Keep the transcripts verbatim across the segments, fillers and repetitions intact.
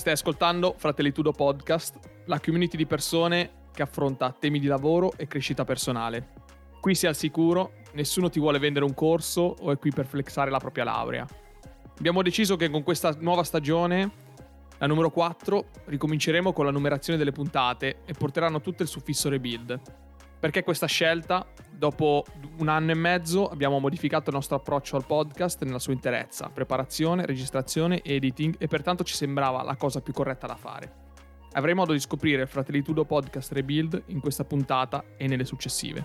Stai ascoltando Fratellitudo Podcast, la community di persone che affronta temi di lavoro e crescita personale. Qui sei al sicuro, nessuno ti vuole vendere un corso o è qui per flexare la propria laurea. Abbiamo deciso che con questa nuova stagione, la numero quattro, ricominceremo con la numerazione delle puntate e porteranno tutte il suffisso rebuild. Perché questa scelta? Dopo un anno e mezzo abbiamo modificato il nostro approccio al podcast nella sua interezza, preparazione, registrazione, editing, e pertanto ci sembrava la cosa più corretta da fare. Avrai modo di scoprire il Fratellitudo Podcast Rebuild in questa puntata e nelle successive.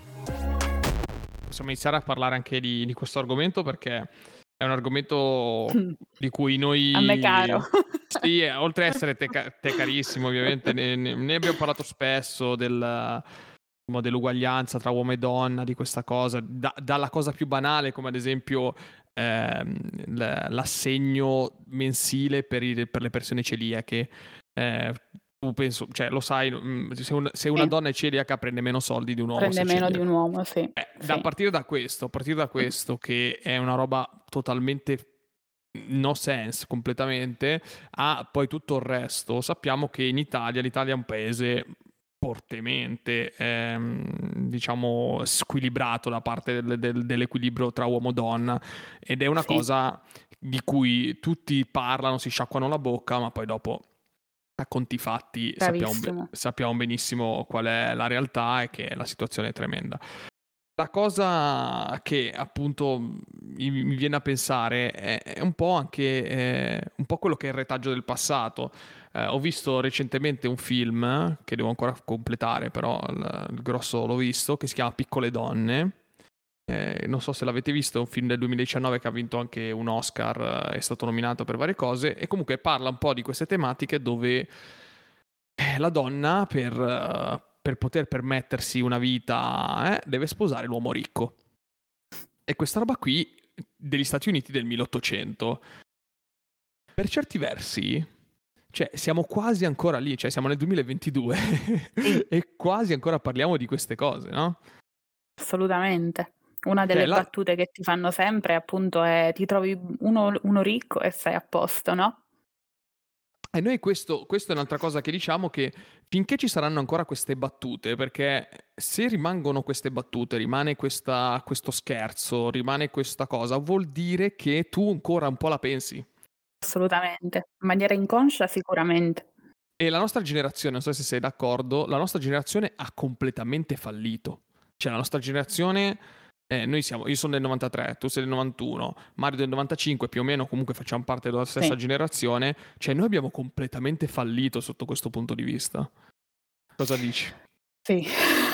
Possiamo iniziare a parlare anche di, di questo argomento, perché è un argomento di cui noi... A me caro. Sì, oltre ad essere te, te carissimo, ovviamente, ne, ne, ne abbiamo parlato spesso del... dell'uguaglianza tra uomo e donna, di questa cosa, da, dalla cosa più banale come ad esempio ehm, l'assegno mensile per, i, per le persone celiache. Eh, tu penso, cioè lo sai, se, un, se una sì. donna è celiaca prende meno soldi di un uomo. Prende meno celiaco. di un uomo, sì. Eh, sì. Da partire da questo, a partire da questo che è una roba totalmente no sense completamente, a poi tutto il resto, sappiamo che in Italia, l'Italia è un paese fortemente ehm, diciamo squilibrato da parte del, del, dell'equilibrio tra uomo e donna, ed è una sì. cosa di cui tutti parlano, si sciacquano la bocca, ma poi dopo a conti fatti sappiamo, sappiamo benissimo qual è la realtà e che la situazione è tremenda. La cosa che appunto mi, mi viene a pensare è, è un po' anche eh, un po' quello che è il retaggio del passato. Eh, ho visto recentemente un film che devo ancora completare, però il, il grosso l'ho visto, che si chiama Piccole Donne. Eh, non so se l'avete visto, è un film del duemiladiciannove che ha vinto anche un Oscar, è stato nominato per varie cose, e comunque parla un po' di queste tematiche dove eh, la donna per, uh, per poter permettersi una vita eh, deve sposare l'uomo ricco. E questa roba qui degli Stati Uniti del milleottocento, per certi versi, cioè siamo quasi ancora lì, cioè siamo nel duemilaventidue e quasi ancora parliamo di queste cose, no? Assolutamente. Una delle cioè, la... battute che ti fanno sempre appunto è: ti trovi uno, uno ricco e sei a posto, no? E noi questo, questo è un'altra cosa che diciamo, che finché ci saranno ancora queste battute, perché se rimangono queste battute, rimane questa, questo scherzo, rimane questa cosa, vuol dire che tu ancora un po' la pensi. Assolutamente, in maniera inconscia sicuramente. E la nostra generazione, non so se sei d'accordo, la nostra generazione ha completamente fallito. Cioè la nostra generazione, eh, noi siamo, io sono del novantatré, tu sei del novantuno, Mario del novantacinque, più o meno comunque facciamo parte della stessa sì. generazione, cioè noi abbiamo completamente fallito sotto questo punto di vista. Cosa dici? Sì.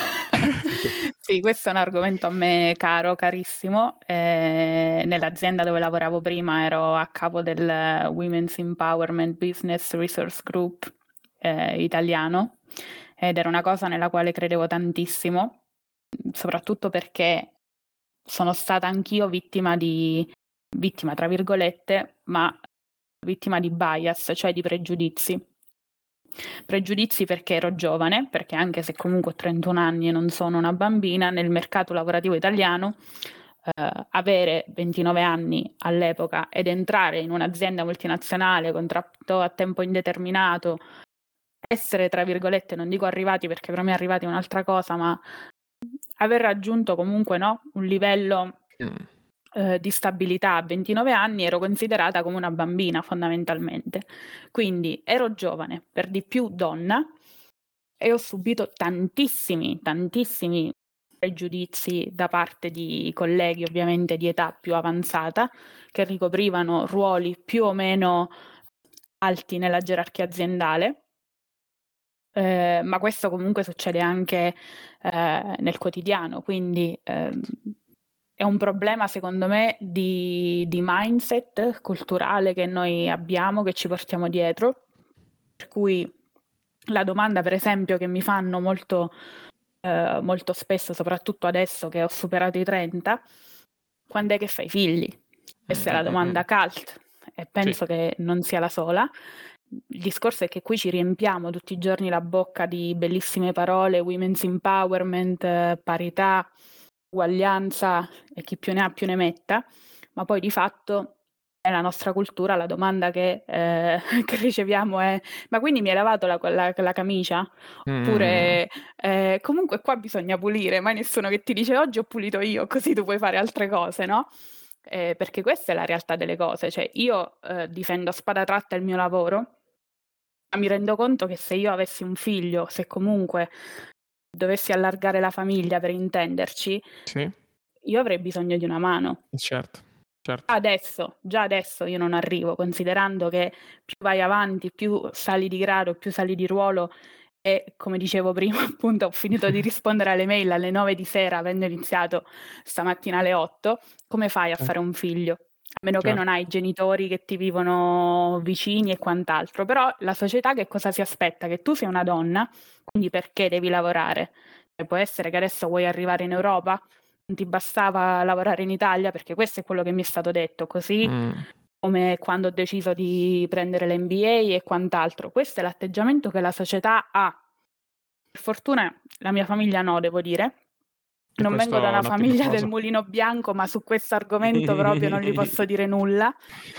Sì, questo è un argomento a me caro, carissimo. Eh, nell'azienda dove lavoravo prima ero a capo del Women's Empowerment Business Resource Group eh, italiano, ed era una cosa nella quale credevo tantissimo, soprattutto perché sono stata anch'io vittima di, vittima tra virgolette, ma vittima di bias, cioè di pregiudizi. Pregiudizi perché ero giovane, perché anche se comunque ho trentuno anni e non sono una bambina, nel mercato lavorativo italiano eh, avere ventinove anni all'epoca ed entrare in un'azienda multinazionale, contratto a tempo indeterminato, essere tra virgolette, non dico arrivati perché per me arrivati è un'altra cosa, ma aver raggiunto comunque no, un livello mm. eh, di stabilità a ventinove anni, ero considerata come una bambina fondamentalmente. Quindi ero giovane, per di più donna, e ho subito tantissimi, tantissimi pregiudizi da parte di colleghi ovviamente di età più avanzata, che ricoprivano ruoli più o meno alti nella gerarchia aziendale. Eh, ma questo comunque succede anche eh, nel quotidiano, quindi ehm, è un problema secondo me di, di mindset culturale che noi abbiamo, che ci portiamo dietro, per cui la domanda per esempio che mi fanno molto, eh, molto spesso, soprattutto adesso che ho superato i trenta, quando è che fai figli? Questa è la domanda cult e penso sì. che non sia la sola. Il discorso è che qui ci riempiamo tutti i giorni la bocca di bellissime parole, women's empowerment, parità, uguaglianza e chi più ne ha più ne metta, ma poi di fatto nella nostra cultura la domanda che, eh, che riceviamo è: ma quindi mi hai lavato la, la, la camicia? Mm. Oppure eh, comunque qua bisogna pulire, mai nessuno che ti dice oggi ho pulito io, così tu puoi fare altre cose, no? Eh, perché questa è la realtà delle cose, cioè io eh, difendo a spada tratta il mio lavoro, ma mi rendo conto che se io avessi un figlio, se comunque dovessi allargare la famiglia, per intenderci, Sì, io avrei bisogno di una mano. certo, certo. Adesso, già adesso io non arrivo, considerando che più vai avanti, più sali di grado, più sali di ruolo e, come dicevo prima, appunto, ho finito di rispondere alle mail alle nove di sera, avendo iniziato stamattina alle otto, come fai a Certo. fare un figlio? A meno che Certo. non hai genitori che ti vivono vicini e quant'altro. Però la società che cosa si aspetta? Che tu sei una donna, quindi perché devi lavorare? E può essere che adesso vuoi arrivare in Europa? Non ti bastava lavorare in Italia? Perché questo è quello che mi è stato detto, così Mm. come quando ho deciso di prendere l'M B A e quant'altro. Questo è l'atteggiamento che la società ha. Per fortuna la mia famiglia no, devo dire. E Non questo vengo da è una un'ottima famiglia del cosa. mulino bianco, ma su questo argomento proprio non gli posso dire nulla.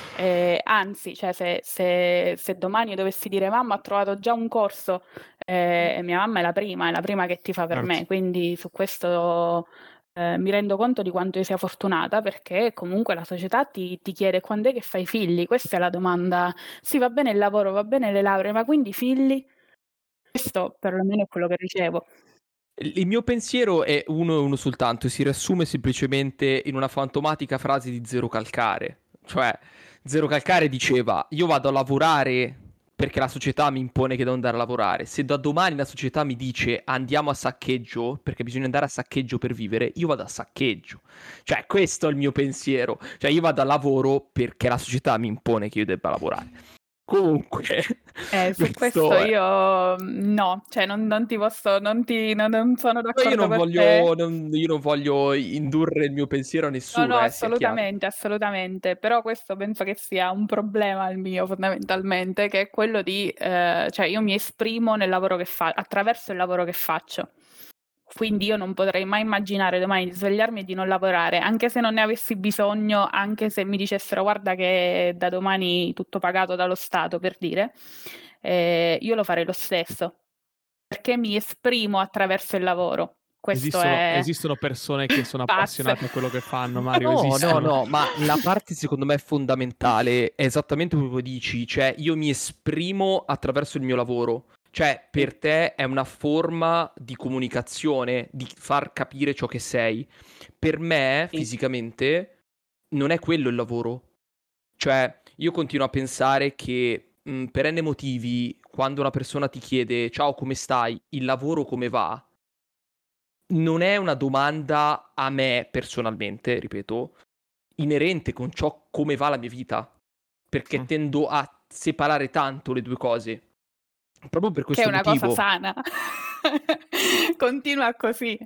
Eh, anzi, cioè, se, se, se domani dovessi dire mamma ho trovato già un corso, eh, mia mamma è la prima, è la prima che ti fa per Certo. me, quindi su questo eh, mi rendo conto di quanto io sia fortunata, perché comunque la società ti, ti chiede quando è che fai figli. Questa è la domanda. Sì, va bene il lavoro, va bene le lauree, ma quindi figli? Questo perlomeno è quello che ricevo. Il mio pensiero è uno e uno soltanto, e si riassume semplicemente in una fantomatica frase di Zero Calcare. Cioè, Zero Calcare diceva: io vado a lavorare perché la società mi impone che devo andare a lavorare. Se da domani la società mi dice andiamo a saccheggio, perché bisogna andare a saccheggio per vivere, io vado a saccheggio. Cioè, questo è il mio pensiero. Cioè, io vado a lavoro perché la società mi impone che io debba lavorare. Comunque, Eh, su questo questo è... io mm, no, cioè non, non ti posso, non, ti, non, non sono No, io d'accordo non con te. voglio, non- io non voglio indurre il mio pensiero a No, no, nessuno, eh, sia chiaro. assolutamente, assolutamente, però questo penso che sia un problema il mio fondamentalmente, che è quello di, eh, cioè io mi esprimo nel lavoro che faccio, attraverso il lavoro che faccio. Quindi io non potrei mai immaginare domani di svegliarmi e di non lavorare, anche se non ne avessi bisogno, anche se mi dicessero guarda che da domani tutto pagato dallo Stato, per dire, eh, io lo farei lo stesso, perché mi esprimo attraverso il lavoro. Questo Esistono, è esistono persone che sono pazze. appassionate a quello che fanno, Mario, No, no, esistono. no, ma la parte secondo me fondamentale è esattamente quello che dici, cioè io mi esprimo attraverso il mio lavoro. Cioè, per te è una forma di comunicazione, di far capire ciò che sei. Per me, Sì. fisicamente, non è quello il lavoro. Cioè, io continuo a pensare che mh, per n motivi, quando una persona ti chiede ciao, come stai, il lavoro come va, non è una domanda a me personalmente, ripeto, inerente con ciò come va la mia vita, perché Mm. tendo a separare tanto le due cose. Proprio per Che è questo una cosa motivo. sana. Continua così.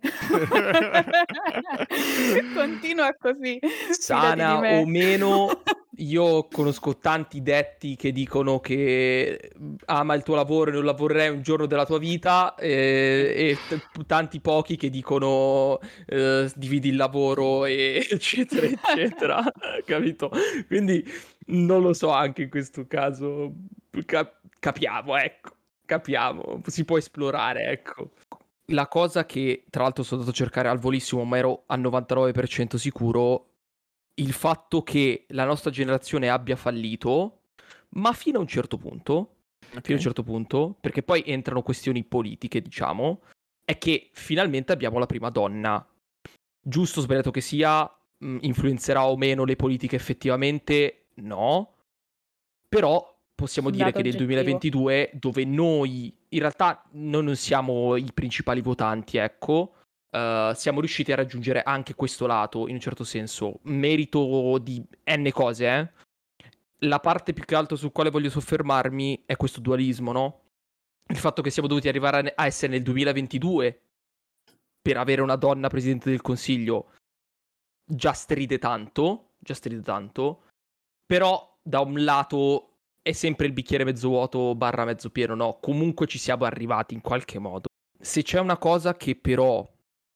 Continua così. Fidati di Sana me. o meno, io conosco tanti detti che dicono che ama il tuo lavoro e non lavorerai un giorno della tua vita, eh, e t- tanti pochi che dicono eh, dividi il lavoro e eccetera eccetera, capito? Quindi non lo so, anche in questo caso cap- capiamo, ecco, capiamo, si può esplorare, ecco. La cosa che tra l'altro sono andato a cercare al volissimo, ma ero al novantanove per cento sicuro, il fatto che la nostra generazione abbia fallito, ma fino a un certo punto, Ok. fino a un certo punto, perché poi entrano questioni politiche, diciamo, è che finalmente abbiamo la prima donna. Giusto o sbagliato che sia, mh, influenzerà o meno le politiche effettivamente? No. Però possiamo Un dire dato che nel oggettivo. duemilaventidue, dove noi in realtà noi non siamo i principali votanti, ecco, eh, siamo riusciti a raggiungere anche questo lato, in un certo senso, merito di N cose, eh. La parte più che altro sul quale voglio soffermarmi è questo dualismo, no? Il fatto che siamo dovuti arrivare a essere nel duemilaventidue per avere una donna presidente del Consiglio già stride tanto, già stride tanto, però da un lato è sempre il bicchiere mezzo vuoto barra mezzo pieno, no? Comunque ci siamo arrivati in qualche modo. Se c'è una cosa che però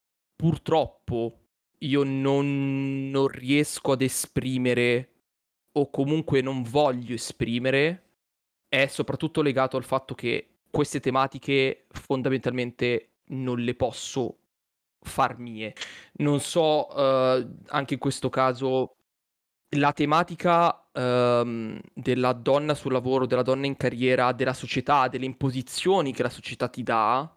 purtroppo io non, non riesco ad esprimere o comunque non voglio esprimere è soprattutto legato al fatto che queste tematiche fondamentalmente non le posso far mie. Non so, uh, anche in questo caso, la tematica um, della donna sul lavoro, della donna in carriera, della società, delle imposizioni che la società ti dà,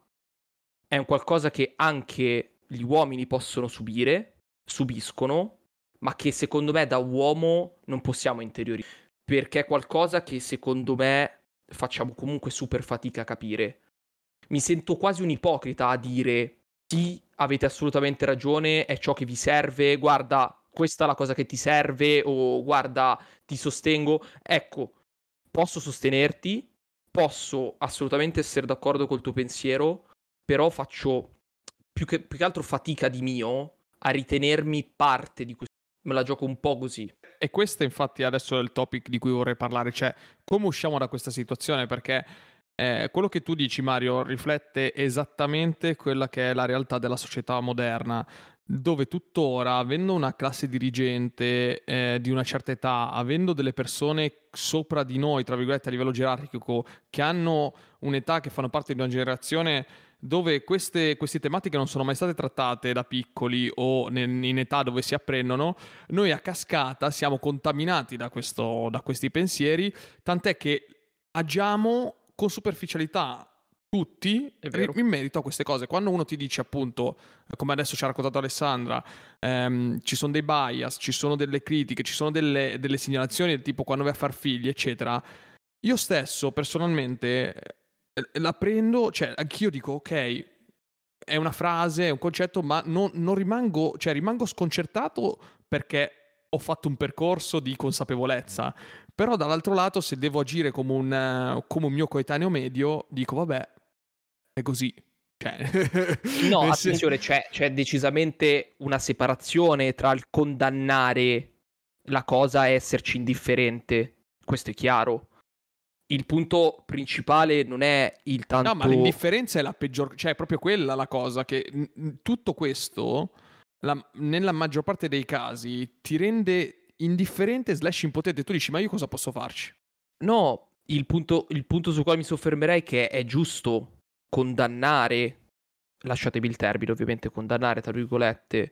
è un qualcosa che anche gli uomini possono subire, subiscono, ma che secondo me da uomo non possiamo interiorizzare, perché è qualcosa che secondo me facciamo comunque super fatica a capire. Mi sento quasi un ipocrita a dire sì, avete assolutamente ragione, è ciò che vi serve, guarda, questa è la cosa che ti serve, o guarda, ti sostengo. Ecco, posso sostenerti, posso assolutamente essere d'accordo col tuo pensiero, però faccio più che, più che altro fatica di mio a ritenermi parte di questo. Me la gioco un po' così. E questo infatti adesso è il topic di cui vorrei parlare, cioè come usciamo da questa situazione, perché eh, quello che tu dici, Mario, riflette esattamente quella che è la realtà della società moderna, dove tuttora, avendo una classe dirigente eh, di una certa età, avendo delle persone sopra di noi, tra virgolette, a livello gerarchico, che hanno un'età, che fanno parte di una generazione dove queste, queste tematiche non sono mai state trattate da piccoli o ne- in età dove si apprendono, noi a cascata siamo contaminati da, questo, da questi pensieri, tant'è che agiamo con superficialità tutti È vero. in merito a queste cose. Quando uno ti dice, appunto, come adesso ci ha raccontato Alessandra, ehm, ci sono dei bias, ci sono delle critiche, ci sono delle, delle segnalazioni del tipo quando vai a far figli, eccetera, io stesso personalmente eh, la prendo, cioè anch'io dico ok, è una frase, è un concetto, ma non, non rimango, cioè rimango sconcertato perché ho fatto un percorso di consapevolezza, però dall'altro lato se devo agire come un, eh, come un mio coetaneo medio, dico vabbè, è così. Cioè, No, nel sen- attenzione, c'è, c'è decisamente una separazione tra il condannare la cosa e esserci indifferente. Questo è chiaro. Il punto principale non è il No, ma tanto... l'indifferenza è la peggior, cioè è proprio quella la cosa, che n- n- tutto questo, la- nella maggior parte dei casi, ti rende indifferente slash impotente. Tu dici, ma io cosa posso farci? No, il punto, il punto su cui mi soffermerei è che è giusto condannare, lasciatemi il termine ovviamente, condannare, tra virgolette,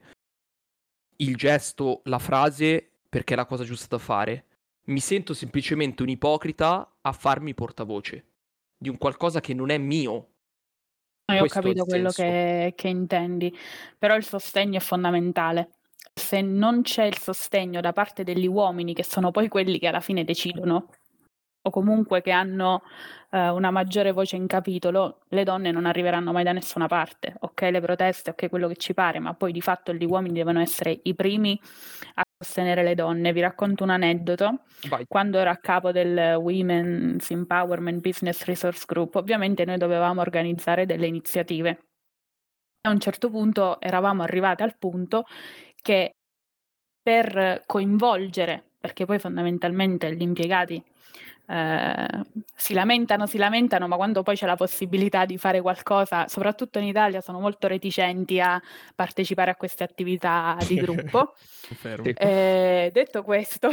il gesto, la frase, perché è la cosa giusta da fare. Mi sento semplicemente un ipocrita a farmi portavoce di un qualcosa che non è mio. Io ho Questo è il capito quello senso. che, che intendi, però il sostegno è fondamentale. Se non c'è il sostegno da parte degli uomini, che sono poi quelli che alla fine decidono, o comunque che hanno eh, una maggiore voce in capitolo, le donne non arriveranno mai da nessuna parte. Ok, le proteste, ok, quello che ci pare, ma poi di fatto gli uomini devono essere i primi a sostenere le donne. Vi racconto un aneddoto. Vai. Quando ero a capo del Women's Empowerment Business Resource Group, ovviamente noi dovevamo organizzare delle iniziative. A un certo punto eravamo arrivati al punto che per coinvolgere, perché poi fondamentalmente gli impiegati eh, si lamentano, si lamentano, ma quando poi c'è la possibilità di fare qualcosa, soprattutto in Italia, sono molto reticenti a partecipare a queste attività di gruppo. Confermo. Eh, detto questo,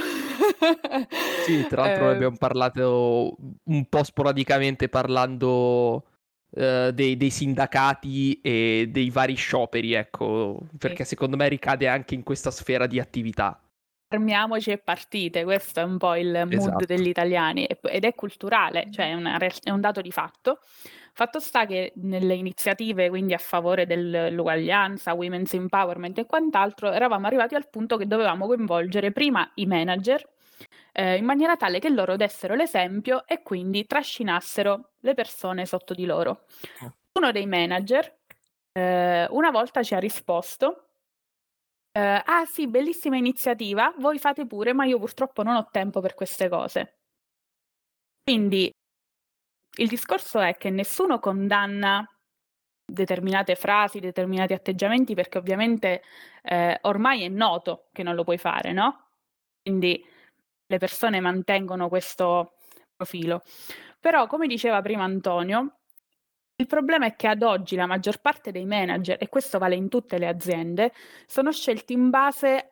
Sì, tra l'altro ne eh, abbiamo parlato un po' sporadicamente parlando eh, dei, dei sindacati e dei vari scioperi, ecco, perché secondo me ricade anche in questa sfera di attività. fermiamoci e partite, questo è un po' il mood Esatto. degli italiani e- ed è culturale, cioè è, una re- è un dato di fatto. Fatto sta che nelle iniziative, quindi a favore dell'uguaglianza, women's empowerment e quant'altro, eravamo arrivati al punto che dovevamo coinvolgere prima i manager eh, in maniera tale che loro dessero l'esempio e quindi trascinassero le persone sotto di loro. Uno dei manager eh, una volta ci ha risposto eh, ah sì, bellissima iniziativa, voi fate pure, ma io purtroppo non ho tempo per queste cose. Quindi il discorso è che nessuno condanna determinate frasi, determinati atteggiamenti, perché ovviamente eh, ormai è noto che non lo puoi fare, no? Quindi le persone mantengono questo profilo. Però, come diceva prima Antonio, Il problema è che ad oggi la maggior parte dei manager, e questo vale in tutte le aziende, sono scelti in base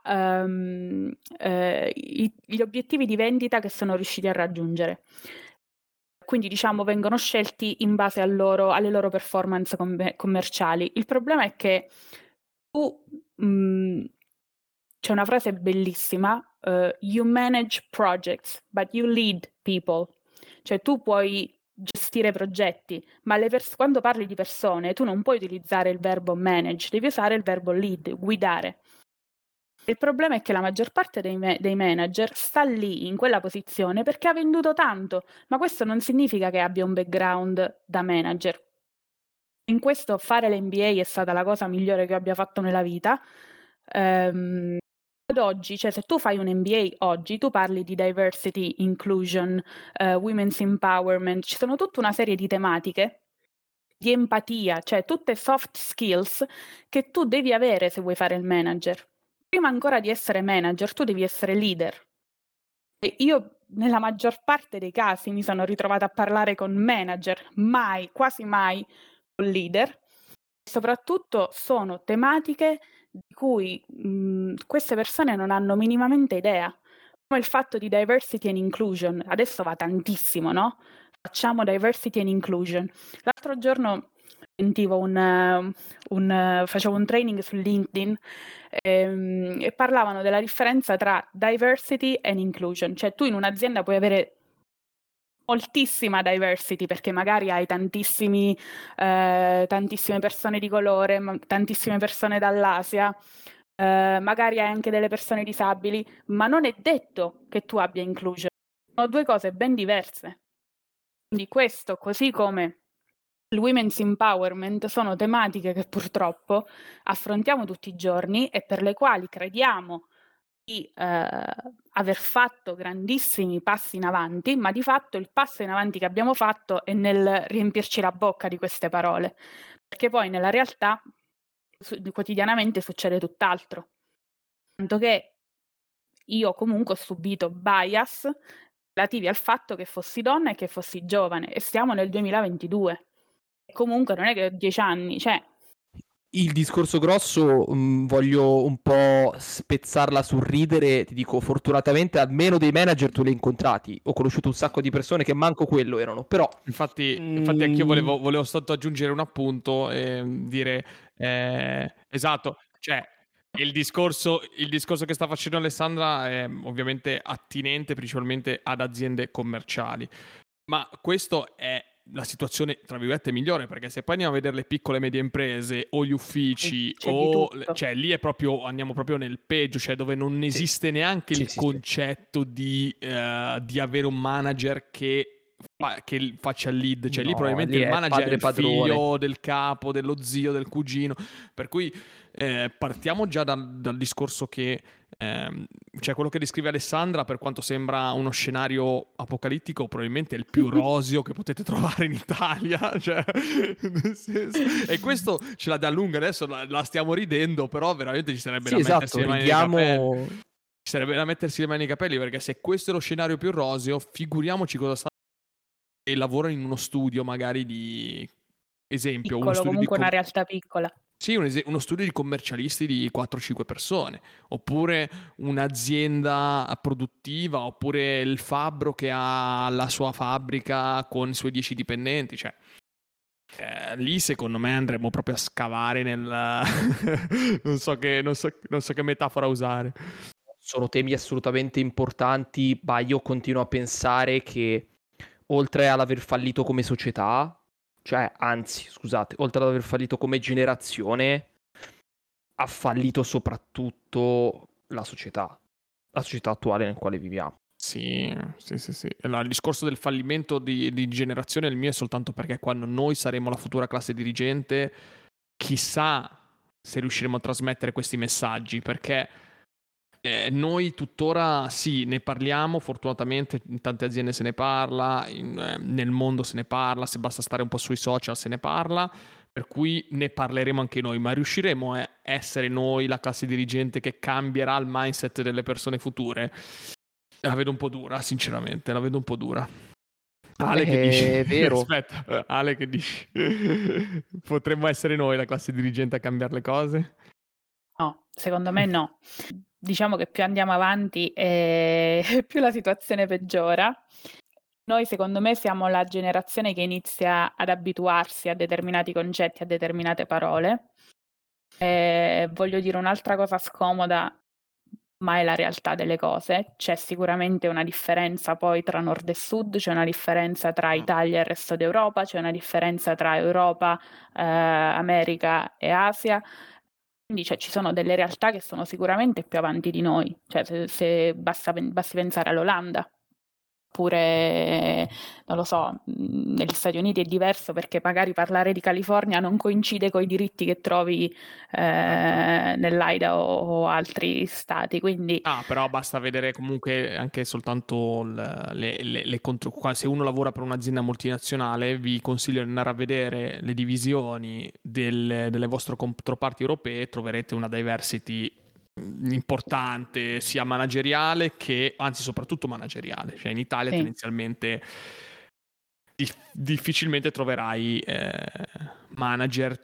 agli um, obiettivi di vendita che sono riusciti a raggiungere. Quindi diciamo vengono scelti in base loro, alle loro performance com- commerciali. Il problema è che tu, mh, c'è una frase bellissima, uh, you manage projects, but you lead people. Cioè tu puoi gestire progetti, ma le pers- quando parli di persone tu non puoi utilizzare il verbo manage, devi usare il verbo lead, guidare. Il problema è che la maggior parte dei, me- dei manager sta lì in quella posizione perché ha venduto tanto, ma questo non significa che abbia un background da manager. In questo fare l'M B A è stata la cosa migliore che abbia fatto nella vita. Ehm, ad oggi, cioè se tu fai un M B A oggi, tu parli di diversity, inclusion, uh, women's empowerment, ci sono tutta una serie di tematiche di empatia, cioè tutte soft skills che tu devi avere se vuoi fare il manager. Prima ancora di essere manager, tu devi essere leader. E io nella maggior parte dei casi mi sono ritrovata a parlare con manager, mai, quasi mai con leader. Soprattutto sono tematiche di cui mh, queste persone non hanno minimamente idea, come il fatto di diversity and inclusion. Adesso va tantissimo, no? Facciamo diversity and inclusion. L'altro giorno sentivo un, uh, un uh, facevo un training su LinkedIn ehm, e parlavano della differenza tra diversity and inclusion. Cioè tu in un'azienda puoi avere moltissima diversity perché magari hai tantissimi, eh, tantissime persone di colore, ma- tantissime persone dall'Asia, eh, magari hai anche delle persone disabili, ma non è detto che tu abbia inclusion. Sono due cose ben diverse. Quindi questo, così come il women's empowerment, sono tematiche che purtroppo affrontiamo tutti i giorni e per le quali crediamo di eh, aver fatto grandissimi passi in avanti, ma di fatto il passo in avanti che abbiamo fatto è nel riempirci la bocca di queste parole, perché poi nella realtà su- quotidianamente succede tutt'altro. Tanto che io comunque ho subito bias relativi al fatto che fossi donna e che fossi giovane, e siamo nel duemilaventidue. E comunque non è che ho dieci anni, cioè Il discorso grosso mh, voglio un po' spezzarla sul ridere, ti dico fortunatamente almeno dei manager tu li hai incontrati, ho conosciuto un sacco di persone che manco quello erano, però Infatti, infatti anch'io mh, volevo, volevo soltanto aggiungere un appunto e dire, eh, esatto, cioè il discorso, il discorso che sta facendo Alessandra è ovviamente attinente principalmente ad aziende commerciali, ma questo è la situazione, tra virgolette, migliore, perché se poi andiamo a vedere le piccole e medie imprese o gli uffici, c'è di o, tutto. cioè lì è proprio, andiamo proprio nel peggio, cioè dove non sì, esiste neanche sì, il sì, sì. concetto di, eh, di avere un manager che, fa- che faccia il lead, cioè lì No, probabilmente lì il è manager è padre il padrone. figlio del capo, dello zio, del cugino, per cui eh, partiamo già dal, dal discorso che ehm, cioè quello che descrive Alessandra, per quanto sembra uno scenario apocalittico, probabilmente è il più roseo che potete trovare in Italia, cioè, nel senso- e questo ce la dà lunga, adesso la, la stiamo ridendo, però veramente ci sarebbe Sì, da mettersi esatto, le mani nei capelli. ridiamo. Ci sarebbe da mettersi le mani nei capelli, perché se questo è lo scenario più roseo, figuriamoci cosa sta e lavorano in uno studio magari di esempio, uno Piccolo, studio di comunque una com- realtà piccola. sì, un es- uno studio di commercialisti di quattro cinque persone, oppure un'azienda produttiva, oppure il fabbro che ha la sua fabbrica con i suoi dieci dipendenti, cioè eh, lì secondo me andremo proprio a scavare nel non so che, non so, non so che metafora usare. Sono temi assolutamente importanti, ma io continuo a pensare che oltre ad aver fallito come società, cioè anzi, scusate, oltre ad aver fallito come generazione, ha fallito soprattutto la società, la società attuale nel quale viviamo. Sì, sì, sì, sì. Allora, il discorso del fallimento di, di generazione, il mio è soltanto perché quando noi saremo la futura classe dirigente, chissà se riusciremo a trasmettere questi messaggi, perché eh, noi tuttora sì, ne parliamo, fortunatamente in tante aziende se ne parla, in, eh, nel mondo se ne parla, se basta stare un po' sui social se ne parla, per cui ne parleremo anche noi, ma riusciremo a essere noi la classe dirigente che cambierà il mindset delle persone future? La vedo un po' dura, sinceramente, la vedo un po' dura. Ale che Eh, dici? è vero. Aspetta, Ale che dici? Potremmo essere noi la classe dirigente a cambiare le cose? No, secondo me no. Diciamo che più andiamo avanti e più la situazione peggiora. Noi, secondo me, siamo la generazione che inizia ad abituarsi a determinati concetti, a determinate parole. E voglio dire un'altra cosa scomoda, ma è la realtà delle cose. C'è sicuramente una differenza poi tra nord e sud, c'è una differenza tra Italia e il resto d'Europa, c'è una differenza tra Europa, eh, America e Asia. Quindi cioè, ci sono delle realtà che sono sicuramente più avanti di noi, cioè se, se basta, basti pensare all'Olanda, oppure non lo so, mh, negli Stati Uniti è diverso perché magari parlare di California non coincide con i diritti che trovi eh, nell'Idaho o altri stati, quindi Ah, però basta vedere comunque anche soltanto l- le, le- le contro... qua- se uno lavora per un'azienda multinazionale, vi consiglio di andare a vedere le divisioni del- delle vostre controparti europee, troverete una diversity mh, importante, sia manageriale che, anzi soprattutto manageriale. Cioè in Italia sì. tendenzialmente dif- difficilmente troverai eh, manager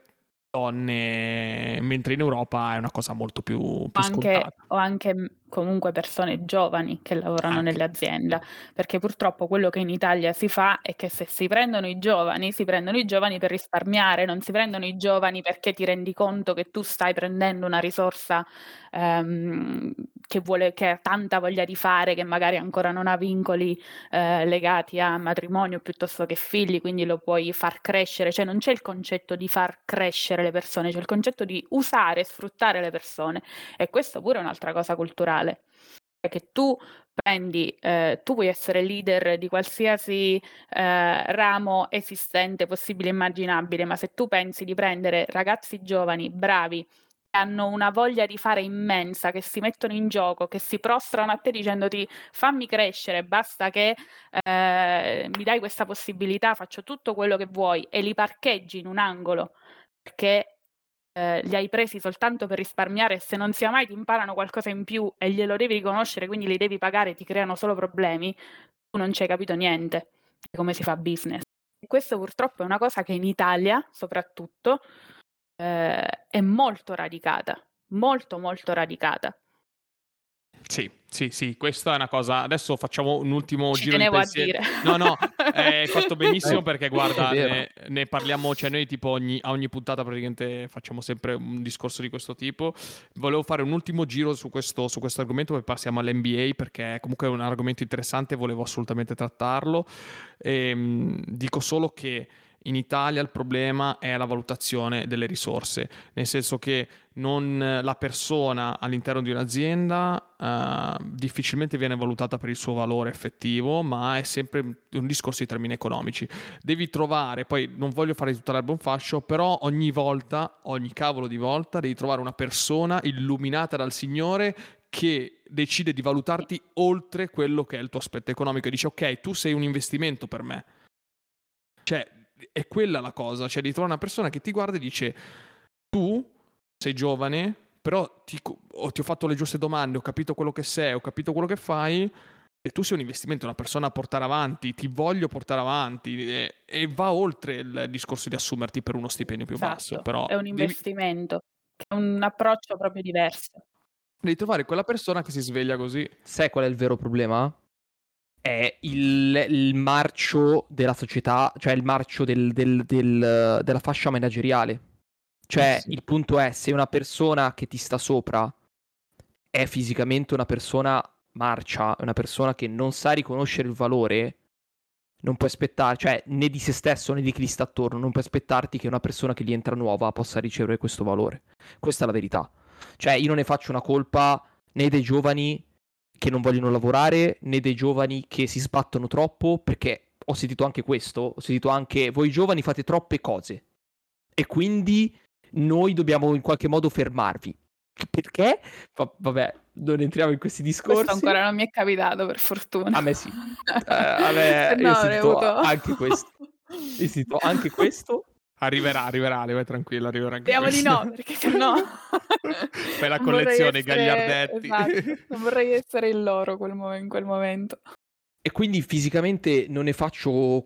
donne, mentre in Europa è una cosa molto più, o più anche, scontata. o anche mh, comunque persone giovani che lavorano Anche, nell'azienda, sì. perché purtroppo quello che in Italia si fa è che se si prendono i giovani, si prendono i giovani per risparmiare, non si prendono i giovani perché ti rendi conto che tu stai prendendo una risorsa ehm, che vuole, che ha tanta voglia di fare, che magari ancora non ha vincoli eh, legati a matrimonio piuttosto che figli, quindi lo puoi far crescere, cioè non c'è il concetto di far crescere le persone, c'è il concetto di usare e sfruttare le persone. E questo pure è un'altra cosa culturale, che tu prendi, eh, tu puoi essere leader di qualsiasi eh, ramo esistente, possibile e immaginabile, ma se tu pensi di prendere ragazzi giovani, bravi, che hanno una voglia di fare immensa, che si mettono in gioco, che si prostrano a te dicendoti fammi crescere, basta che eh, mi dai questa possibilità, faccio tutto quello che vuoi, e li parcheggi in un angolo perché eh, li hai presi soltanto per risparmiare e se non sia mai ti imparano qualcosa in più e glielo devi riconoscere, quindi li devi pagare, ti creano solo problemi, tu non ci hai capito niente di come si fa business. E questo purtroppo è una cosa che in Italia, soprattutto, eh, è molto radicata, molto molto radicata. Sì, sì, sì, questa è una cosa. Adesso facciamo un ultimo Ci giro di tenevo a pensieri. dire. No, no, hai fatto benissimo Eh, perché è guarda, vero. ne, ne parliamo, cioè noi tipo ogni, a ogni puntata praticamente facciamo sempre un discorso di questo tipo. Volevo fare un ultimo giro su questo, su questo argomento, poi passiamo all'N B A perché comunque è un argomento interessante e volevo assolutamente trattarlo. Ehm, dico solo che in Italia il problema è la valutazione delle risorse, nel senso che non, la persona all'interno di un'azienda uh, difficilmente viene valutata per il suo valore effettivo, ma è sempre un discorso di termini economici. Devi trovare, poi non voglio fare tutta l'erba un fascio, però ogni volta, ogni cavolo di volta, devi trovare una persona illuminata dal Signore che decide di valutarti oltre quello che è il tuo aspetto economico e dice ok, tu sei un investimento per me. Cioè, è quella la cosa, cioè di trovare una persona che ti guarda e dice tu sei giovane, però ti, ho, ti ho fatto le giuste domande, ho capito quello che sei, ho capito quello che fai, e tu sei un investimento, una persona a portare avanti, ti voglio portare avanti, e, e va oltre il discorso di assumerti per uno stipendio più Esatto, basso, però è un devi, investimento, è un approccio proprio diverso. devi trovare quella persona che si sveglia così. Sai qual è il vero problema? È il, il marcio della società, cioè il marcio del- del- del- della fascia manageriale. Cioè, Sì. il punto è, se una persona che ti sta sopra è fisicamente una persona marcia, una persona che non sa riconoscere il valore, non puoi aspettare, cioè né di se stesso né di chi gli sta attorno, non puoi aspettarti che una persona che gli entra nuova possa ricevere questo valore. Questa è la verità. Cioè, io non ne faccio una colpa né dei giovani che non vogliono lavorare, né dei giovani che si sbattono troppo, perché ho sentito anche questo, ho sentito anche voi giovani fate troppe cose e quindi noi dobbiamo in qualche modo fermarvi. Perché? Va- vabbè, non entriamo in questi discorsi. Questo ancora non mi è capitato, per fortuna. A me sì. Eh, a me, Se no io ho avrei sentito avuto... anche questo. Io ho sentito anche questo. Arriverà, arriverà, vai tranquilla, arriverà anche Speriamo di questo. no, perché sennò Fai la non vorrei collezione, essere... Gagliardetti. Esatto, non vorrei essere il loro quel momen- in quel momento. E quindi fisicamente non ne faccio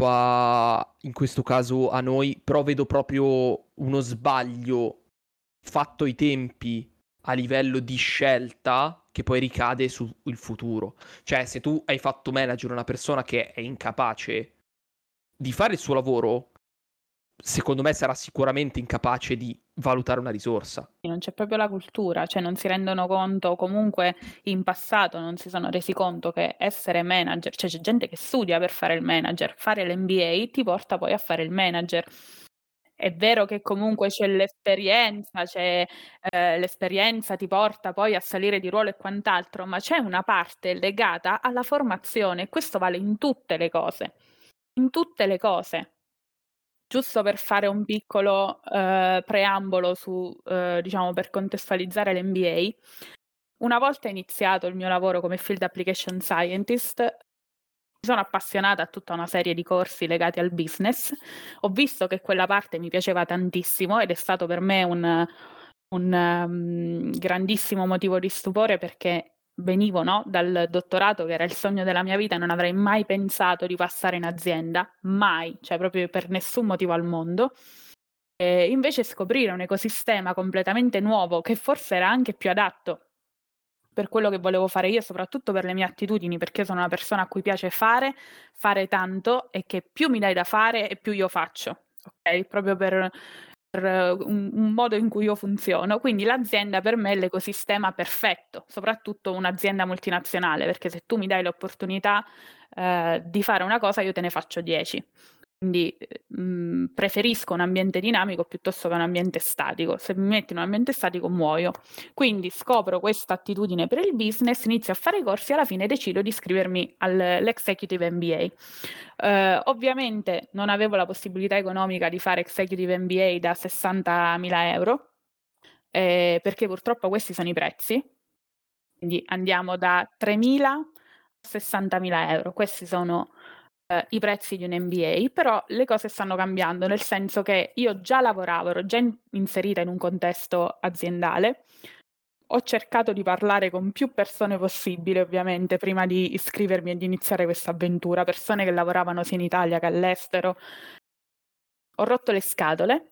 colpa in questo caso a noi, però vedo proprio uno sbaglio fatto ai tempi a livello di scelta che poi ricade sul futuro. Cioè, se tu hai fatto manager una persona che è incapace di fare il suo lavoro, secondo me sarà sicuramente incapace di valutare una risorsa. Non c'è proprio la cultura, cioè non si rendono conto, comunque in passato non si sono resi conto che essere manager, cioè c'è gente che studia per fare il manager, fare l'M B A ti porta poi a fare il manager. È vero che comunque c'è l'esperienza, c'è eh, l'esperienza ti porta poi a salire di ruolo e quant'altro, ma c'è una parte legata alla formazione e questo vale in tutte le cose, in tutte le cose. Giusto per fare un piccolo eh, preambolo su, eh, diciamo, per contestualizzare l'M B A, una volta iniziato il mio lavoro come Field Application Scientist, mi sono appassionata a tutta una serie di corsi legati al business, ho visto che quella parte mi piaceva tantissimo ed è stato per me un, un um, grandissimo motivo di stupore perché venivo no, dal dottorato che era il sogno della mia vita, non avrei mai pensato di passare in azienda, mai, cioè proprio per nessun motivo al mondo. E invece scoprire un ecosistema completamente nuovo che forse era anche più adatto per quello che volevo fare io, soprattutto per le mie attitudini, perché sono una persona a cui piace fare, fare tanto e che più mi dai da fare e più io faccio, ok? Proprio per, per un, un modo in cui io funziono. Quindi l'azienda per me è l'ecosistema perfetto, soprattutto un'azienda multinazionale, perché se tu mi dai l'opportunità eh, di fare una cosa, io te ne faccio dieci. Quindi mh, preferisco un ambiente dinamico piuttosto che un ambiente statico. Se mi metti in un ambiente statico muoio. Quindi scopro questa attitudine per il business, inizio a fare i corsi e alla fine decido di iscrivermi all'Executive M B A. Eh, ovviamente non avevo la possibilità economica di fare Executive M B A da sessantamila euro, eh, perché purtroppo questi sono i prezzi. Quindi andiamo da tremila a sessantamila euro. Questi sono Uh, i prezzi di un M B A, però le cose stanno cambiando, nel senso che io già lavoravo, ero già in- inserita in un contesto aziendale, ho cercato di parlare con più persone possibile, ovviamente, prima di iscrivermi e di iniziare questa avventura, persone che lavoravano sia in Italia che all'estero. Ho rotto le scatole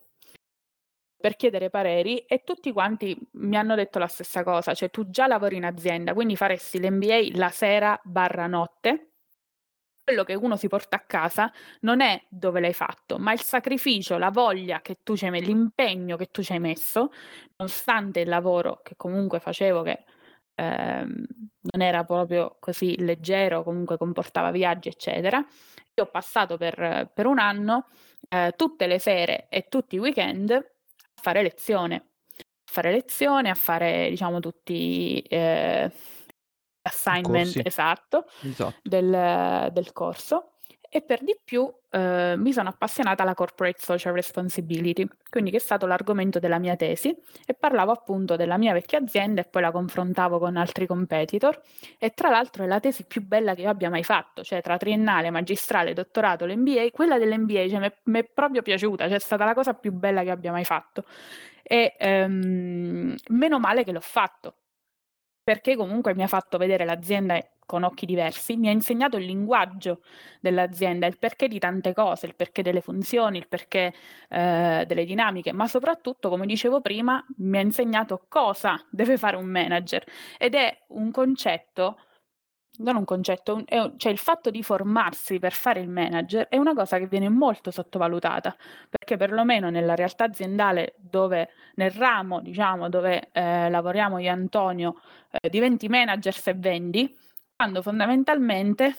per chiedere pareri e tutti quanti mi hanno detto la stessa cosa, cioè tu già lavori in azienda, quindi faresti l'M B A la sera barra notte. Quello che uno si porta a casa non è dove l'hai fatto, ma il sacrificio, la voglia che tu ci hai messo, l'impegno che tu ci hai messo, nonostante il lavoro che comunque facevo, che ehm, non era proprio così leggero, comunque comportava viaggi, eccetera. Io ho passato per, per un anno eh, tutte le sere e tutti i weekend a fare lezione, a fare lezione, a fare diciamo tutti eh, assignment esatto, esatto. del, del corso e per di più eh, mi sono appassionata alla corporate social responsibility, quindi che è stato l'argomento della mia tesi e parlavo appunto della mia vecchia azienda e poi la confrontavo con altri competitor e tra l'altro è la tesi più bella che io abbia mai fatto, cioè tra triennale, magistrale, dottorato, l'M B A, quella dell'M B A cioè, mi è proprio piaciuta, cioè è stata la cosa più bella che abbia mai fatto e ehm, meno male che l'ho fatto perché comunque mi ha fatto vedere l'azienda con occhi diversi, mi ha insegnato il linguaggio dell'azienda, il perché di tante cose, il perché delle funzioni, il perché eh, delle dinamiche, ma soprattutto, come dicevo prima, mi ha insegnato cosa deve fare un manager ed è un concetto, non un concetto, un, è un, cioè il fatto di formarsi per fare il manager è una cosa che viene molto sottovalutata, perché perlomeno nella realtà aziendale dove, nel ramo, diciamo, dove eh, lavoriamo io e Antonio, eh, diventi manager se vendi, quando fondamentalmente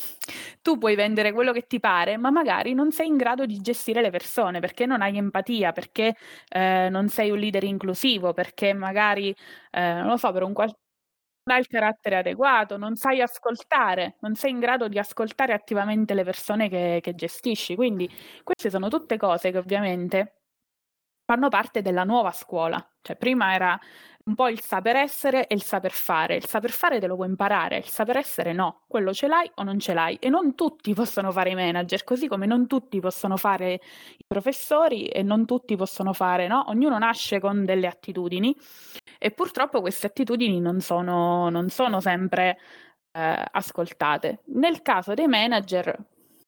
tu puoi vendere quello che ti pare, ma magari non sei in grado di gestire le persone perché non hai empatia, perché eh, non sei un leader inclusivo, perché magari, eh, non lo so, per un qualche non hai il carattere adeguato, non sai ascoltare, non sei in grado di ascoltare attivamente le persone che, che gestisci. Quindi queste sono tutte cose che ovviamente fanno parte della nuova scuola. Cioè prima era un po' il saper essere e il saper fare. Il saper fare te lo puoi imparare, il saper essere no. Quello ce l'hai o non ce l'hai. E non tutti possono fare i manager, così come non tutti possono fare i professori e non tutti possono fare, no? Ognuno nasce con delle attitudini e purtroppo queste attitudini non sono, non sono sempre eh, ascoltate. Nel caso dei manager,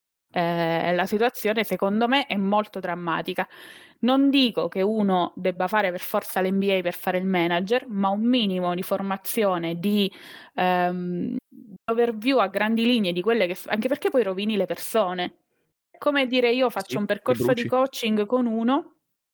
eh, la situazione secondo me è molto drammatica. Non dico che uno debba fare per forza l'M B A per fare il manager, ma un minimo di formazione, di ehm, overview a grandi linee di quelle che... anche perché poi rovini le persone. Come dire, io faccio Sì, un le percorso di bruci. coaching con uno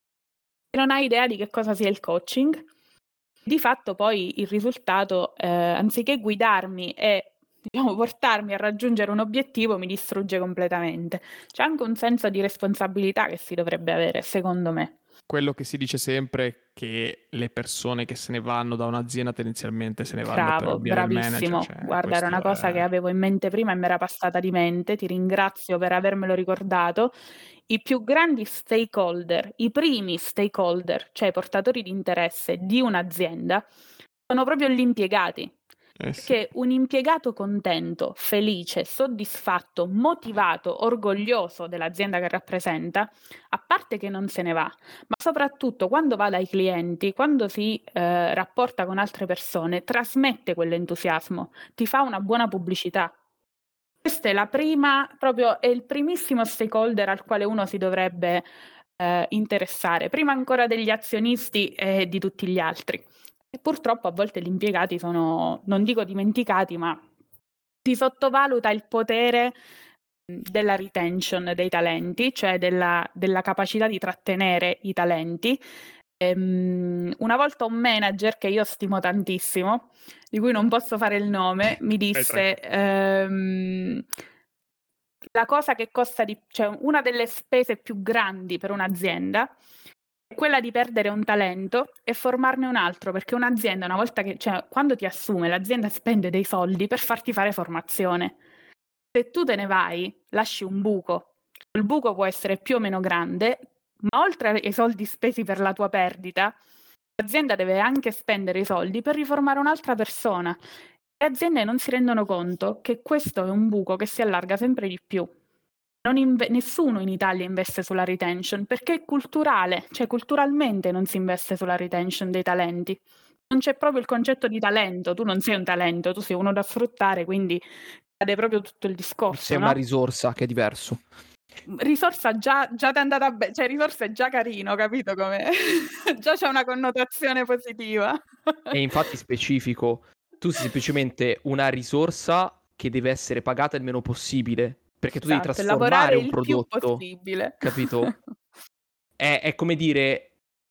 e non ha idea di che cosa sia il coaching. Di fatto poi il risultato, eh, anziché guidarmi e diciamo, portarmi a raggiungere un obiettivo, mi distrugge completamente. C'è anche un senso di responsabilità che si dovrebbe avere, secondo me. Quello che si dice sempre è che le persone che se ne vanno da un'azienda tendenzialmente se ne vanno per Bravo, il via del manager. bravissimo. Cioè, Guarda, era una questo cosa che è... avevo in mente prima e mi era passata di mente. Ti ringrazio per avermelo ricordato. I più grandi stakeholder, i primi stakeholder, cioè i portatori di interesse di un'azienda, sono proprio gli impiegati. Eh sì. Perché un impiegato contento, felice, soddisfatto, motivato, orgoglioso dell'azienda che rappresenta, a parte che non se ne va, ma soprattutto quando va dai clienti, quando si eh, rapporta con altre persone, trasmette quell'entusiasmo, ti fa una buona pubblicità. Questa è la prima, proprio è il primissimo stakeholder al quale uno si dovrebbe eh, interessare, prima ancora degli azionisti e di tutti gli altri. E purtroppo a volte gli impiegati sono, non dico dimenticati, ma si sottovaluta il potere della retention dei talenti, cioè della, della capacità di trattenere i talenti. Ehm, una volta un manager che io stimo tantissimo, di cui non posso fare il nome, mi disse ehm, la cosa che costa di, cioè una delle spese più grandi per un'azienda è quella di perdere un talento e formarne un altro, perché un'azienda una volta che, cioè quando ti assume, l'azienda spende dei soldi per farti fare formazione. Se tu te ne vai, lasci un buco. Il buco può essere più o meno grande, ma oltre ai soldi spesi per la tua perdita, l'azienda deve anche spendere i soldi per riformare un'altra persona. Le aziende non si rendono conto che questo è un buco che si allarga sempre di più. Non inve- nessuno in Italia investe sulla retention perché è culturale, cioè culturalmente non si investe sulla retention dei talenti. Non c'è proprio il concetto di talento, tu non sei un talento, tu sei uno da sfruttare, quindi cade proprio tutto il discorso, Sei no? una risorsa, che è diverso. Risorsa già, già ti è andata bene, cioè risorsa è già carino, capito come? Già c'è una connotazione positiva. E infatti specifico, tu sei semplicemente una risorsa che deve essere pagata il meno possibile, perché tu devi Esatto, lavorare trasformare un il più prodotto, possibile. capito? È, è come dire,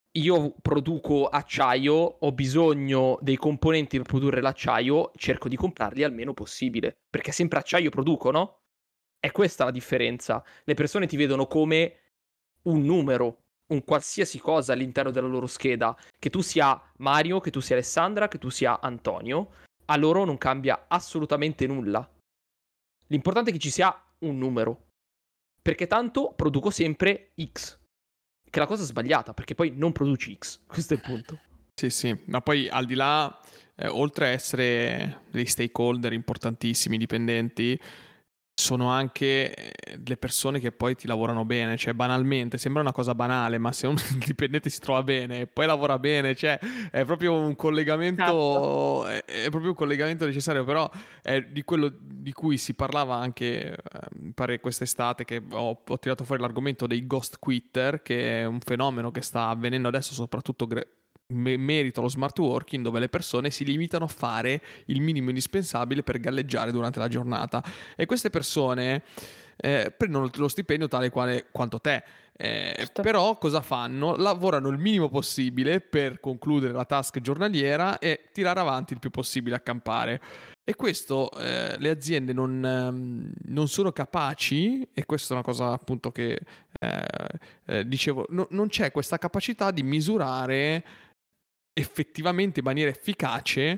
io produco acciaio, ho bisogno dei componenti per produrre l'acciaio, cerco di comprarli al meno possibile, perché sempre acciaio produco, no? È questa la differenza. Le persone ti vedono come un numero, un qualsiasi cosa all'interno della loro scheda. Che tu sia Mario, che tu sia Alessandra, che tu sia Antonio, a loro non cambia assolutamente nulla. L'importante è che ci sia un numero. Perché tanto produco sempre X. Che è la cosa sbagliata, perché poi non produci X. Questo è il punto. Sì, sì, ma poi al di là, eh, oltre a essere dei stakeholder importantissimi, dipendenti, sono anche eh, le persone che poi ti lavorano bene, cioè banalmente, sembra una cosa banale, ma se un dipendente si trova bene e poi lavora bene, cioè è proprio un collegamento, è, è proprio un collegamento necessario, però è di quello di cui si parlava anche, eh, mi pare quest'estate, che ho, ho tirato fuori l'argomento dei ghost quitter, che è un fenomeno che sta avvenendo adesso soprattutto gre- me- merito allo smart working, dove le persone si limitano a fare il minimo indispensabile per galleggiare durante la giornata. E queste persone eh, prendono lo stipendio tale quale quanto te. Eh, Certo. Però cosa fanno? Lavorano il minimo possibile per concludere la task giornaliera e tirare avanti il più possibile a campare. E questo eh, le aziende non, ehm, non sono capaci, e questa è una cosa appunto che eh, eh, dicevo, no- non c'è questa capacità di misurare effettivamente in maniera efficace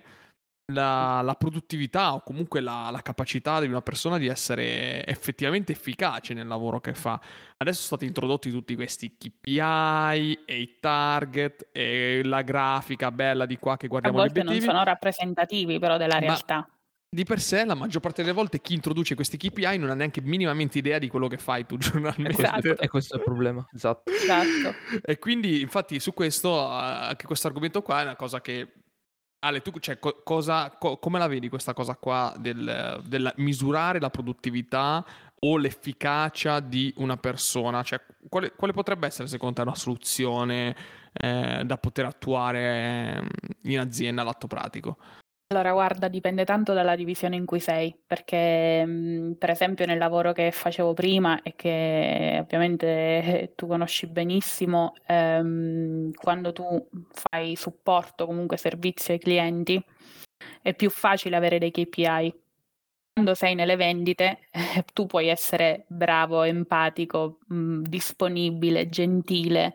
la, la produttività o comunque la, la capacità di una persona di essere effettivamente efficace nel lavoro che fa. Adesso sono stati introdotti tutti questi K P I e i target e la grafica bella di qua che A guardiamo gli volte non obiettivi, sono rappresentativi però della ma realtà. di per sé la maggior parte delle volte chi introduce questi K P I non ha neanche minimamente idea di quello che fai tu giornalmente. Esatto. E questo è il problema, esatto. Esatto. E quindi infatti su questo, eh, anche questo argomento qua è una cosa che Ale, tu cioè, co- cosa, co- come la vedi questa cosa qua del, del misurare la produttività o l'efficacia di una persona? Cioè, quale, quale potrebbe essere secondo te una soluzione eh, da poter attuare ehm, in azienda all'atto pratico? Allora, guarda, dipende tanto dalla divisione in cui sei, perché mh, per esempio nel lavoro che facevo prima e che ovviamente eh, tu conosci benissimo, ehm, quando tu fai supporto, comunque servizio ai clienti, è più facile avere dei K P I. Quando sei nelle vendite, eh, tu puoi essere bravo, empatico, mh, disponibile, gentile,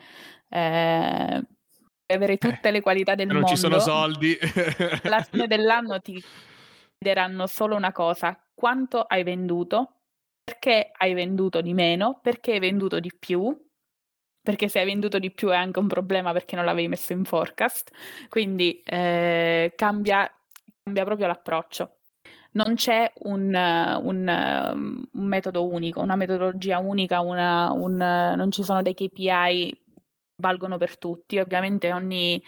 eh, avere Eh, tutte le qualità del se non ci sono mondo. soldi. Alla fine dell'anno ti chiederanno solo una cosa: quanto hai venduto, perché hai venduto di meno, perché hai venduto di più, perché se hai venduto di più è anche un problema perché non l'avevi messo in forecast, quindi eh, cambia, cambia proprio l'approccio. Non c'è un, eh, un, eh, un metodo unico, una metodologia unica, una, un, eh, non ci sono dei K P I che valgono per tutti. Ovviamente ogni,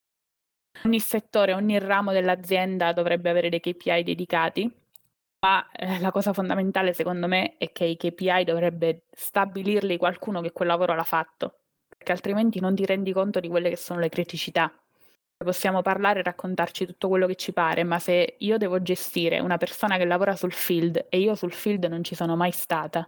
ogni settore, ogni ramo dell'azienda dovrebbe avere dei K P I dedicati, ma eh, la cosa fondamentale secondo me è che i K P I dovrebbe stabilirli qualcuno che quel lavoro l'ha fatto, perché altrimenti non ti rendi conto di quelle che sono le criticità. Possiamo parlare e raccontarci tutto quello che ci pare, ma se io devo gestire una persona che lavora sul field e io sul field non ci sono mai stata,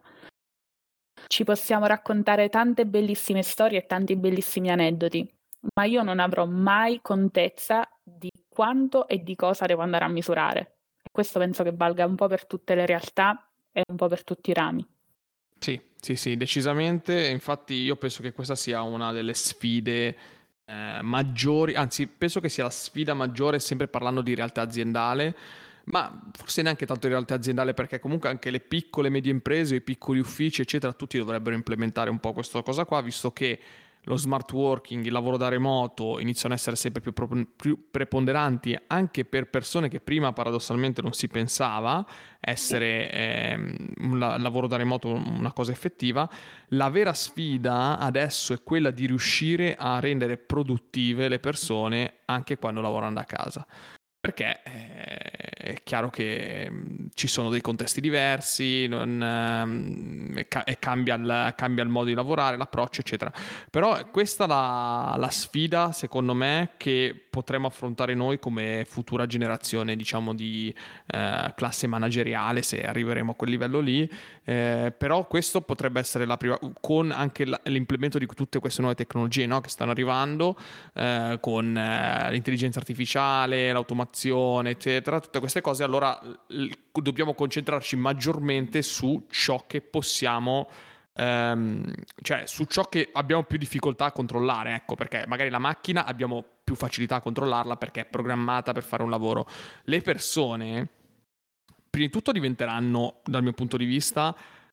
ci possiamo raccontare tante bellissime storie e tanti bellissimi aneddoti, ma io non avrò mai contezza di quanto e di cosa devo andare a misurare. E questo penso che valga un po' per tutte le realtà e un po' per tutti i rami. Sì, sì, sì, decisamente. Infatti io penso che questa sia una delle sfide eh, maggiori, anzi penso che sia la sfida maggiore sempre parlando di realtà aziendale, ma forse neanche tanto di realtà aziendale perché comunque anche le piccole e medie imprese, i piccoli uffici, eccetera, tutti dovrebbero implementare un po' questa cosa qua, visto che lo smart working, il lavoro da remoto iniziano a essere sempre più, pro- più preponderanti anche per persone che prima paradossalmente non si pensava essere ehm, un la- lavoro da remoto una cosa effettiva. La vera sfida adesso è quella di riuscire a rendere produttive le persone anche quando lavorano da casa. Perché eh, è chiaro che mh, ci sono dei contesti diversi, non, ehm, e, ca- e cambia il, cambia il modo di lavorare, l'approccio, eccetera. Però è questa la, la sfida, secondo me, che potremo affrontare noi come futura generazione, diciamo, di eh, classe manageriale, se arriveremo a quel livello lì. Eh, però questo potrebbe essere la prima, con anche la- l'implemento di tutte queste nuove tecnologie, no, che stanno arrivando eh, con eh, l'intelligenza artificiale, l'automazione, eccetera, tutte queste cose, allora l- dobbiamo concentrarci maggiormente su ciò che possiamo, ehm, cioè su ciò che abbiamo più difficoltà a controllare, ecco, perché magari la macchina abbiamo più facilità a controllarla perché è programmata per fare un lavoro. Le persone, prima di tutto, diventeranno, dal mio punto di vista,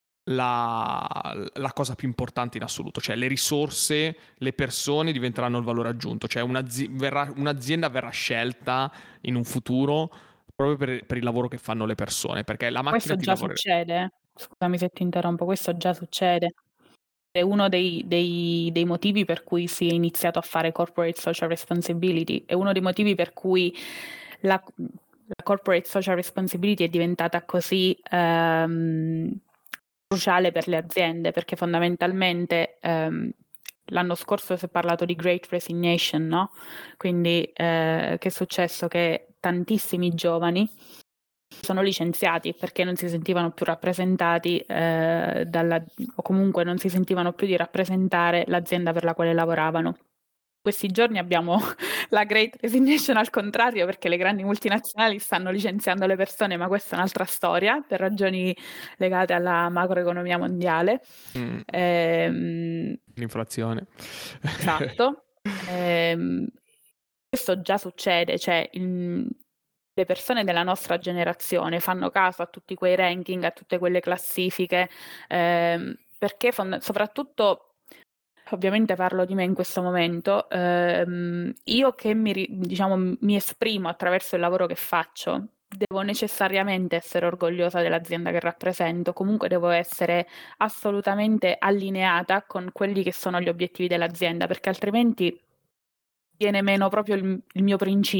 la, la cosa più importante in assoluto, cioè le risorse, le persone diventeranno il valore aggiunto, cioè un'azi- verrà- un'azienda verrà scelta in un futuro proprio per, per il lavoro che fanno le persone, perché la macchina Questo ti già lavora. succede, eh. Scusami se ti interrompo, questo già succede. È uno dei, dei- dei motivi per cui si è iniziato a fare corporate social responsibility, è uno dei motivi per cui la, la corporate social responsibility è diventata così ehm, cruciale per le aziende, perché fondamentalmente ehm, l'anno scorso si è parlato di Great Resignation, no? Quindi eh, che è successo? Che tantissimi giovani sono licenziati perché non si sentivano più rappresentati eh, dalla, o comunque non si sentivano più di rappresentare l'azienda per la quale lavoravano. Questi giorni abbiamo la Great Resignation al contrario, perché le grandi multinazionali stanno licenziando le persone, ma questa è un'altra storia per ragioni legate alla macroeconomia mondiale. Mm, Ehm, l'inflazione. esatto. Ehm, questo già succede, cioè il- le persone della nostra generazione fanno caso a tutti quei ranking, a tutte quelle classifiche, ehm, perché fond- soprattutto, ovviamente parlo di me in questo momento, ehm, io che mi, ri- diciamo, mi esprimo attraverso il lavoro che faccio, devo necessariamente essere orgogliosa dell'azienda che rappresento, comunque devo essere assolutamente allineata con quelli che sono gli obiettivi dell'azienda, perché altrimenti viene meno proprio il, il mio principio,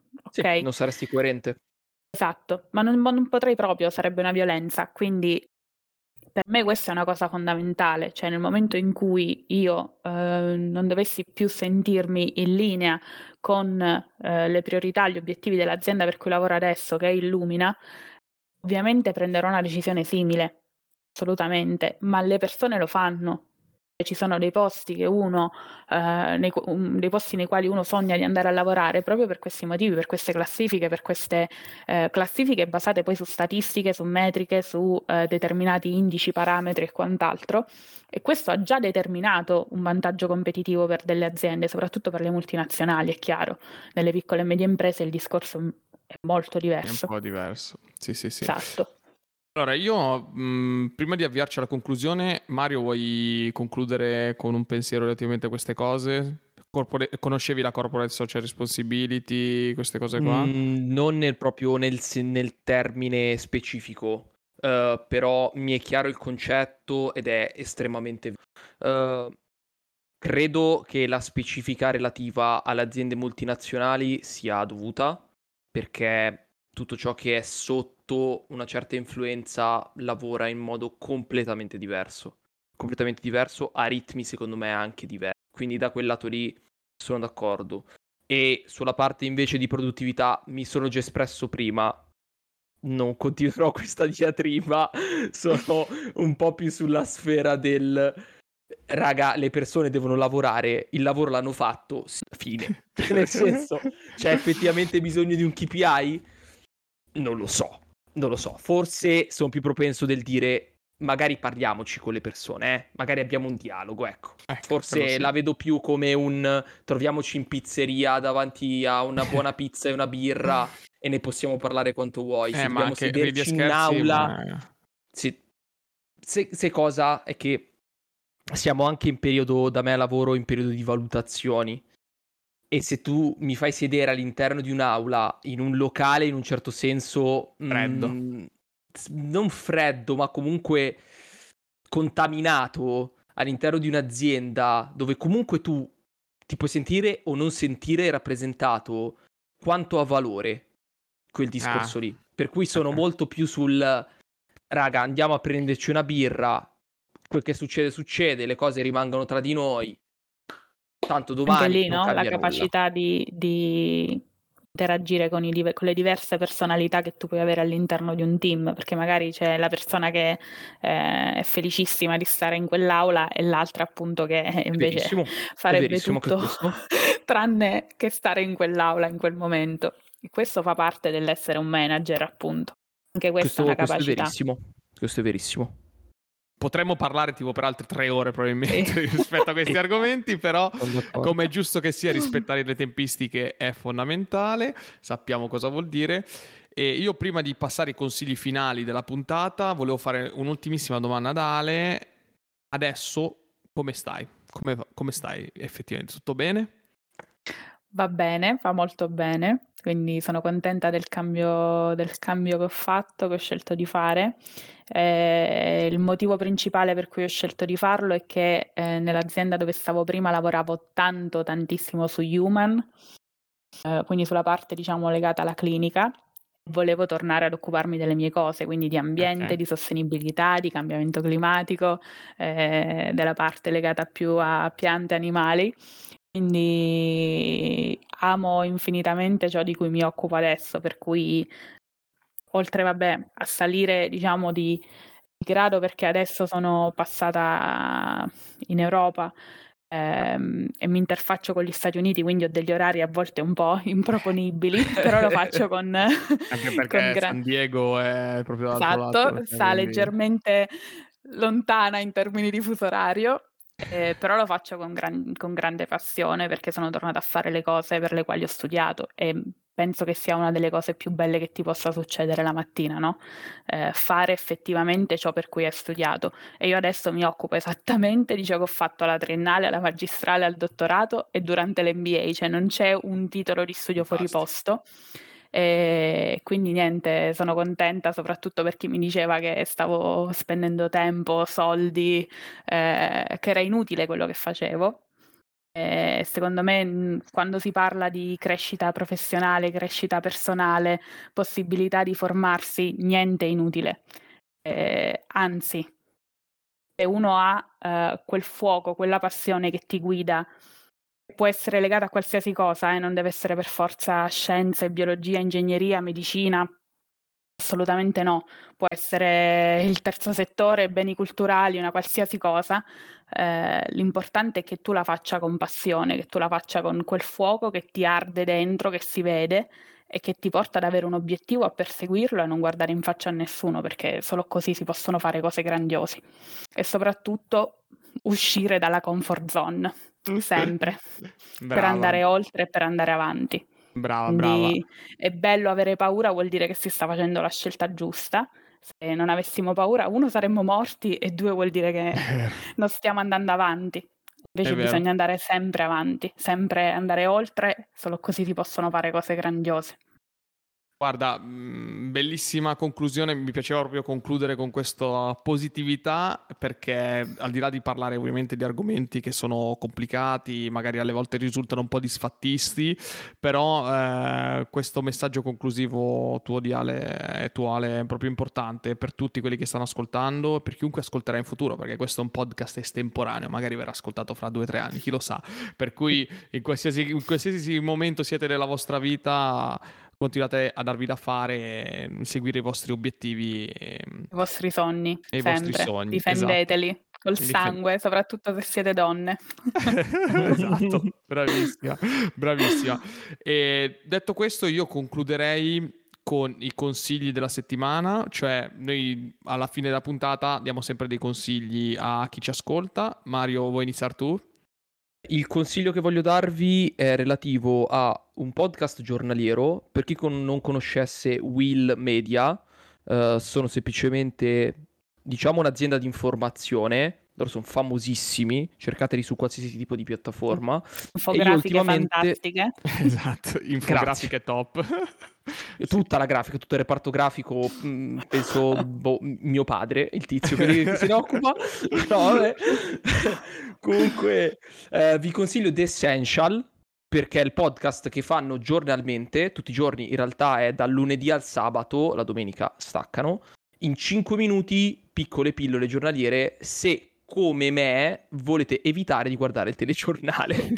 Sì, ok? non saresti coerente. Esatto, ma non, ma non potrei proprio, sarebbe una violenza, quindi per me questa è una cosa fondamentale, cioè nel momento in cui io eh, non dovessi più sentirmi in linea con eh, le priorità, gli obiettivi dell'azienda per cui lavoro adesso, che è Illumina, ovviamente prenderò una decisione simile, assolutamente, ma le persone lo fanno. Ci sono dei posti che uno, eh, nei, um, dei posti nei quali uno sogna di andare a lavorare proprio per questi motivi, per queste classifiche, per queste eh, classifiche basate poi su statistiche, su metriche, su eh, determinati indici, parametri e quant'altro. E questo ha già determinato un vantaggio competitivo per delle aziende, soprattutto per le multinazionali, è chiaro. Nelle piccole e medie imprese il discorso è molto È un diverso. po' diverso. Sì, sì, sì. Esatto. Allora, io mh, prima di avviarci alla conclusione, Mario, vuoi concludere con un pensiero relativamente a queste cose? Corpore- conoscevi la corporate social responsibility, queste cose qua? Mm, non nel, proprio nel, se- nel termine specifico, eh, però mi è chiaro il concetto ed è estremamente vero. Eh, credo che la specifica relativa alle aziende multinazionali sia dovuta, perché tutto ciò che è sotto una certa influenza lavora in modo completamente diverso. Completamente diverso, a ritmi secondo me anche diversi. Quindi da quel lato lì sono d'accordo. E sulla parte invece di produttività mi sono già espresso prima, non continuerò questa diatriba, sono un po' più sulla sfera del raga, le persone devono lavorare, il lavoro l'hanno fatto, sì, fine. Nel senso, c'è effettivamente bisogno di un K P I? Non lo so, non lo so. Forse sono più propenso del dire magari parliamoci con le persone, eh? Magari abbiamo un dialogo, ecco. Ecco, quello Forse sì. la vedo più come un troviamoci in pizzeria davanti a una buona pizza e una birra e ne possiamo parlare quanto vuoi. Se Eh, ma dobbiamo anche ridi e sederci in scherzi, un'aula, ma... se, se, se cosa è che siamo anche in periodo, da me lavoro in periodo di valutazioni. E se tu mi fai sedere all'interno di un'aula, in un locale, in un certo senso, Freddo. mm, non freddo, ma comunque contaminato all'interno di un'azienda dove comunque tu ti puoi sentire o non sentire rappresentato, quanto ha valore quel Ah, discorso lì. Per cui sono ok. molto più sul raga, andiamo a prenderci una birra, quel che succede succede, le cose rimangono tra di noi. Tanto Anche domani lì, non no? La cambia nulla. capacità di, di interagire con, i dive- con le diverse personalità che tu puoi avere all'interno di un team, perché magari c'è la persona che eh, è felicissima di stare in quell'aula e l'altra appunto che È invece verissimo, è farebbe verissimo anche tutto questo. tranne che stare in quell'aula in quel momento. E questo fa parte dell'essere un manager, appunto. Anche questa è Questo, una questo è capacità. verissimo. Questo è verissimo. Potremmo parlare tipo per altre tre ore probabilmente Sì. rispetto a questi argomenti, però Sono d'accordo. come è giusto che sia, rispettare le tempistiche è fondamentale, sappiamo cosa vuol dire. E io prima di passare ai consigli finali della puntata volevo fare un'ultimissima domanda ad Ale. Adesso come stai? Come, come stai effettivamente? Tutto bene? Va bene, va molto bene, quindi sono contenta del cambio, del cambio che ho fatto, che ho scelto di fare. Eh, il motivo principale per cui ho scelto di farlo è che eh, nell'azienda dove stavo prima lavoravo tanto, tantissimo su Human, eh, quindi sulla parte diciamo legata alla clinica. Volevo tornare ad occuparmi delle mie cose, quindi di ambiente, Ok. di sostenibilità, di cambiamento climatico, eh, della parte legata più a piante e animali. Quindi amo infinitamente ciò di cui mi occupo adesso, per cui oltre vabbè, a salire diciamo di, di grado perché adesso sono passata in Europa ehm, e mi interfaccio con gli Stati Uniti, quindi ho degli orari a volte un po' improponibili, però lo faccio con, Anche con perché gran... San Diego è proprio dall'altro Esatto, lato, cioè, sta quindi... leggermente lontana in termini di fuso orario. Eh, però lo faccio con, gran- con grande passione perché sono tornata a fare le cose per le quali ho studiato e penso che sia una delle cose più belle che ti possa succedere la mattina, no? Eh, fare effettivamente ciò per cui hai studiato. E io adesso mi occupo esattamente di ciò che ho fatto alla triennale, alla magistrale, al dottorato e durante l'M B A, cioè non c'è un titolo di studio fuori Fantastico. posto. E quindi niente, sono contenta soprattutto per chi mi diceva che stavo spendendo tempo, soldi, eh, che era inutile quello che facevo. E secondo me mh, quando si parla di crescita professionale, crescita personale, possibilità di formarsi, niente è inutile. Eh, anzi, se uno ha eh, quel fuoco, quella passione che ti guida, può essere legata a qualsiasi cosa, eh, non deve essere per forza scienze, biologia, ingegneria, medicina, assolutamente no. Può essere il terzo settore, beni culturali, una qualsiasi cosa. Eh, l'importante è che tu la faccia con passione, che tu la faccia con quel fuoco che ti arde dentro, che si vede e che ti porta ad avere un obiettivo, a perseguirlo e non guardare in faccia a nessuno, perché solo così si possono fare cose grandiose. E soprattutto uscire dalla comfort zone, sempre, per Brava, andare oltre e per andare avanti. brava, brava. Quindi è bello avere paura, vuol dire che si sta facendo la scelta giusta. Se non avessimo paura, uno, saremmo morti e due, vuol dire che non stiamo andando avanti. È Invece vero. bisogna andare sempre avanti, sempre andare oltre, solo così si possono fare cose grandiose. Guarda, mh, bellissima conclusione, mi piaceva proprio concludere con questa positività, perché al di là di parlare ovviamente di argomenti che sono complicati, magari alle volte risultano un po' disfattisti, però eh, questo messaggio conclusivo tuo di Ale, eh, tuo Ale è proprio importante per tutti quelli che stanno ascoltando e per chiunque ascolterà in futuro, perché questo è un podcast estemporaneo, magari verrà ascoltato fra due o tre anni, chi lo sa. Per cui in qualsiasi, in qualsiasi momento siete della vostra vita, continuate a darvi da fare, seguire i vostri obiettivi e, I vostri sogni, e i vostri sempre, sogni. Esatto. difendeteli col Difen- sangue, soprattutto se siete donne. Esatto, bravissima, bravissima. E detto questo, io concluderei con i consigli della settimana, cioè noi alla fine della puntata diamo sempre dei consigli a chi ci ascolta. Mario, vuoi iniziare tu? Il consiglio che voglio darvi è relativo a un podcast giornaliero. Per chi con- non conoscesse Will Media, eh, sono semplicemente, diciamo, un'azienda di informazione. Loro sono famosissimi, cercateli su qualsiasi tipo di piattaforma. E io Infografiche ultimamente... fantastiche. Esatto, infografiche top. Tutta la grafica, tutto il reparto grafico, mh, penso boh, m- mio padre, il tizio che, che se ne occupa. No, vabbè. Comunque, eh, vi consiglio The Essential, perché è il podcast che fanno giornalmente, tutti i giorni, in realtà è dal lunedì al sabato, la domenica staccano, in cinque minuti, piccole pillole giornaliere, se come me volete evitare di guardare il telegiornale.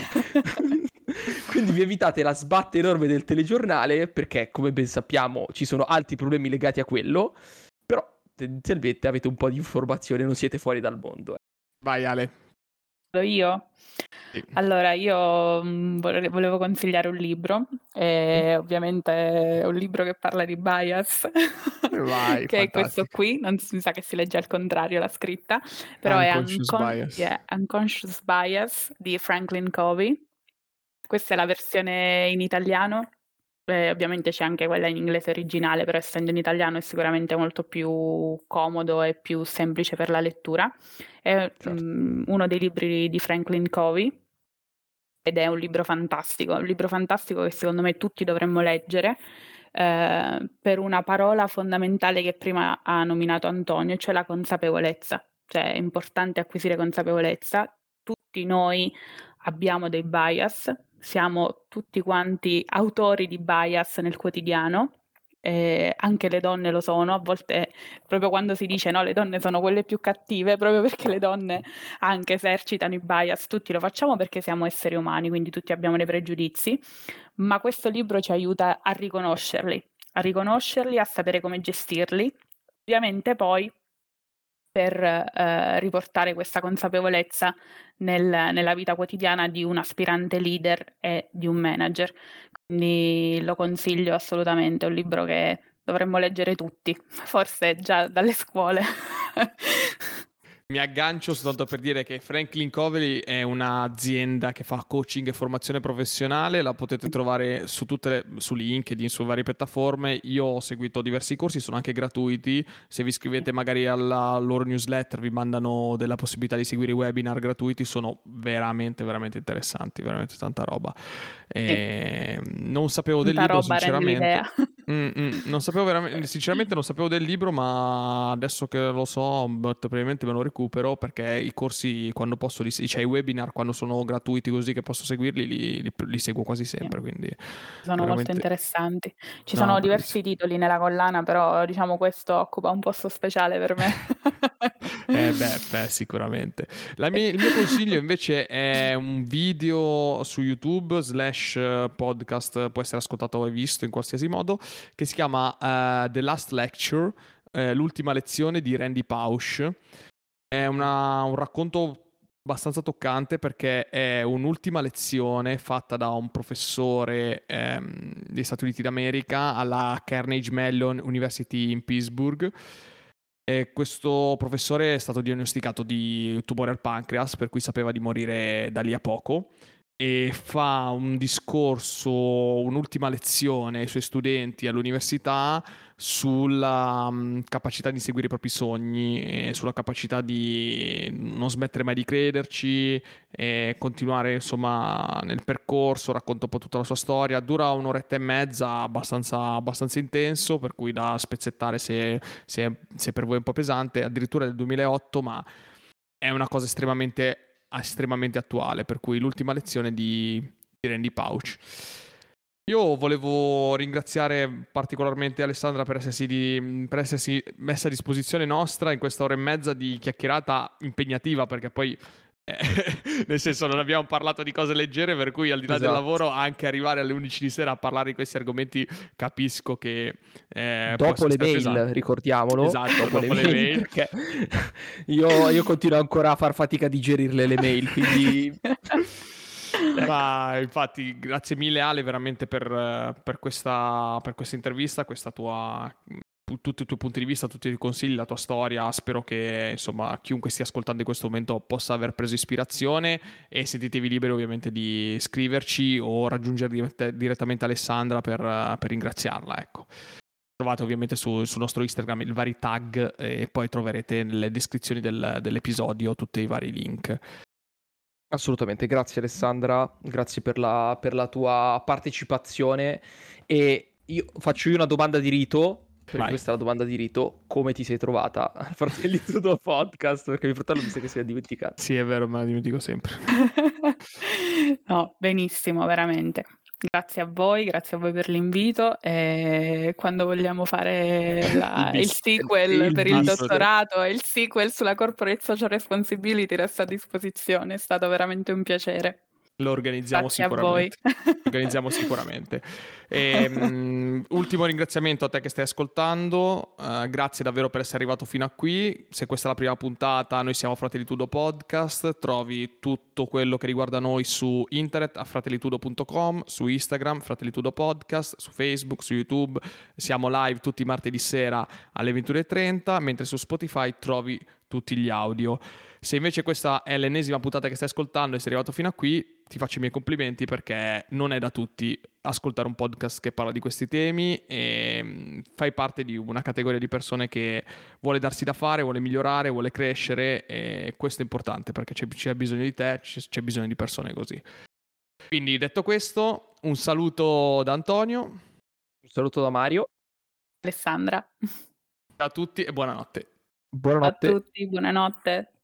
Quindi vi evitate la sbatta enorme del telegiornale, perché come ben sappiamo ci sono altri problemi legati a quello, però tendenzialmente avete un po' di informazione, non siete fuori dal mondo. eh. Vai Ale. Io? Sì. Allora, io mh, vole- volevo consigliare un libro, e ovviamente è un libro che parla di bias, Vai, che è questo fantastico. qui, non si mi sa che si legge al contrario la scritta, però è Unconscious Uncon- bias. yeah, Unconscious Bias di Franklin Covey. Questa è la versione in italiano. Eh, ovviamente c'è anche quella in inglese originale, però essendo in italiano è sicuramente molto più comodo e più semplice per la lettura. È Certo. mm, uno dei libri di Franklin Covey ed è un libro fantastico, un libro fantastico che secondo me tutti dovremmo leggere, eh, per una parola fondamentale che prima ha nominato Antonio, cioè la consapevolezza. Cioè è importante acquisire consapevolezza. Tutti noi abbiamo dei bias, siamo tutti quanti autori di bias nel quotidiano, eh, anche le donne lo sono, a volte proprio quando si dice no, le donne sono quelle più cattive, proprio perché le donne anche esercitano i bias, tutti lo facciamo perché siamo esseri umani, quindi tutti abbiamo dei pregiudizi, ma questo libro ci aiuta a riconoscerli, a riconoscerli, a sapere come gestirli, ovviamente poi per eh, riportare questa consapevolezza nel- nella vita quotidiana di un aspirante leader e di un manager. Quindi lo consiglio assolutamente, è un libro che dovremmo leggere tutti, forse già dalle scuole. Mi aggancio soltanto per dire che Franklin Covey è un'azienda che fa coaching e formazione professionale, la potete trovare su tutte le, su LinkedIn, su varie piattaforme. Io ho seguito diversi corsi, sono anche gratuiti. Se vi iscrivete magari alla loro newsletter vi mandano della possibilità di seguire i webinar gratuiti, sono veramente veramente interessanti, veramente tanta roba. E non sapevo del Tanta libro roba rende sinceramente. l'idea. Mm, mm, non sapevo veramente, sinceramente non sapevo del libro, ma adesso che lo so, but, probabilmente me lo recupero perché i corsi quando posso, li, cioè i webinar quando sono gratuiti così che posso seguirli, li, li- li seguo quasi sempre, quindi Sono molto veramente... interessanti. Ci No, sono bravissimo. diversi titoli nella collana, però diciamo questo occupa un posto speciale per me. Eh beh, beh, sicuramente. La mia- il mio consiglio invece è un video su YouTube slash eh, podcast, può essere ascoltato e visto in qualsiasi modo, che si chiama eh, The Last Lecture, eh, l'ultima lezione di Randy Pausch. È una- un racconto abbastanza toccante perché è un'ultima lezione fatta da un professore ehm, degli Stati Uniti d'America alla Carnegie Mellon University in Pittsburgh. E questo professore è stato diagnosticato di tumore al pancreas, per cui sapeva di morire da lì a poco. E fa un discorso, un'ultima lezione ai suoi studenti all'università sulla mm, capacità di seguire i propri sogni, e sulla capacità di non smettere mai di crederci e continuare insomma nel percorso. Racconta un po' tutta la sua storia. Dura un'oretta e mezza, abbastanza, abbastanza intenso, per cui da spezzettare se, se, se per voi è un po' pesante. Addirittura del duemilaotto, ma è una cosa estremamente, estremamente attuale, per cui l'ultima lezione di, di Randy Pausch. Io volevo ringraziare particolarmente Alessandra per essersi, di- per essersi messa a disposizione nostra in questa ora e mezza di chiacchierata impegnativa, perché poi, eh, nel senso, non abbiamo parlato di cose leggere, per cui al di là del Esatto. lavoro, anche arrivare alle undici di sera a parlare di questi argomenti, capisco che eh, può Dopo essere le mail, pesante. ricordiamolo, Esatto, dopo, dopo le le mail, mail. perché io, io continuo ancora a far fatica a digerirle le mail, quindi... Ma infatti, grazie mille Ale veramente per, eh, per questa, per questa intervista, questa tua, tutti i tuoi punti di vista, tutti i tuoi consigli, la tua storia. Spero che insomma chiunque stia ascoltando in questo momento possa aver preso ispirazione, e sentitevi liberi ovviamente di scriverci o raggiungere dirett- direttamente Alessandra per, eh, per ringraziarla, ecco. Trovate ovviamente su- sul nostro Instagram i vari tag, e poi troverete nelle descrizioni del- dell'episodio tutti i vari link. Assolutamente, grazie Alessandra, grazie per la, per la tua partecipazione, e io faccio io una domanda di rito, perché Vai. questa è la domanda di rito: come ti sei trovata al Fratelli Tudo podcast? Perché mio fratello mi sa che si è dimenticato. Sì, è vero, me la dimentico sempre. No, benissimo, veramente. Grazie a voi, grazie a voi per l'invito. E quando vogliamo fare la- Il il, bis. sequel Il per il bis. dottorato e il sequel sulla corporate social responsibility, resto a disposizione. È stato veramente un piacere. Lo organizziamo Grazie a voi. sicuramente. Organizziamo sicuramente. E, mm, ultimo ringraziamento a te che stai ascoltando. Eh, grazie davvero per essere arrivato fino a qui. Se questa è la prima puntata, noi siamo Fratelli Tudo Podcast. Trovi tutto quello che riguarda noi su internet a fratellitudo punto com, su Instagram Fratelli Tudo Podcast, su Facebook, su YouTube. Siamo live tutti i martedì sera alle ventuno e trenta, mentre su Spotify trovi tutti gli audio. Se invece questa è l'ennesima puntata che stai ascoltando e sei arrivato fino a qui, ti faccio i miei complimenti, perché non è da tutti ascoltare un podcast che parla di questi temi, e mm, fai parte di una categoria di persone che vuole darsi da fare, vuole migliorare, vuole crescere, e questo è importante perché c'è, c'è bisogno di te, c'è, c'è bisogno di persone così. Quindi, detto questo, un saluto da Antonio. Un saluto da Mario. Alessandra. Ciao a tutti e buonanotte. Ciao a Buonanotte. tutti, buonanotte.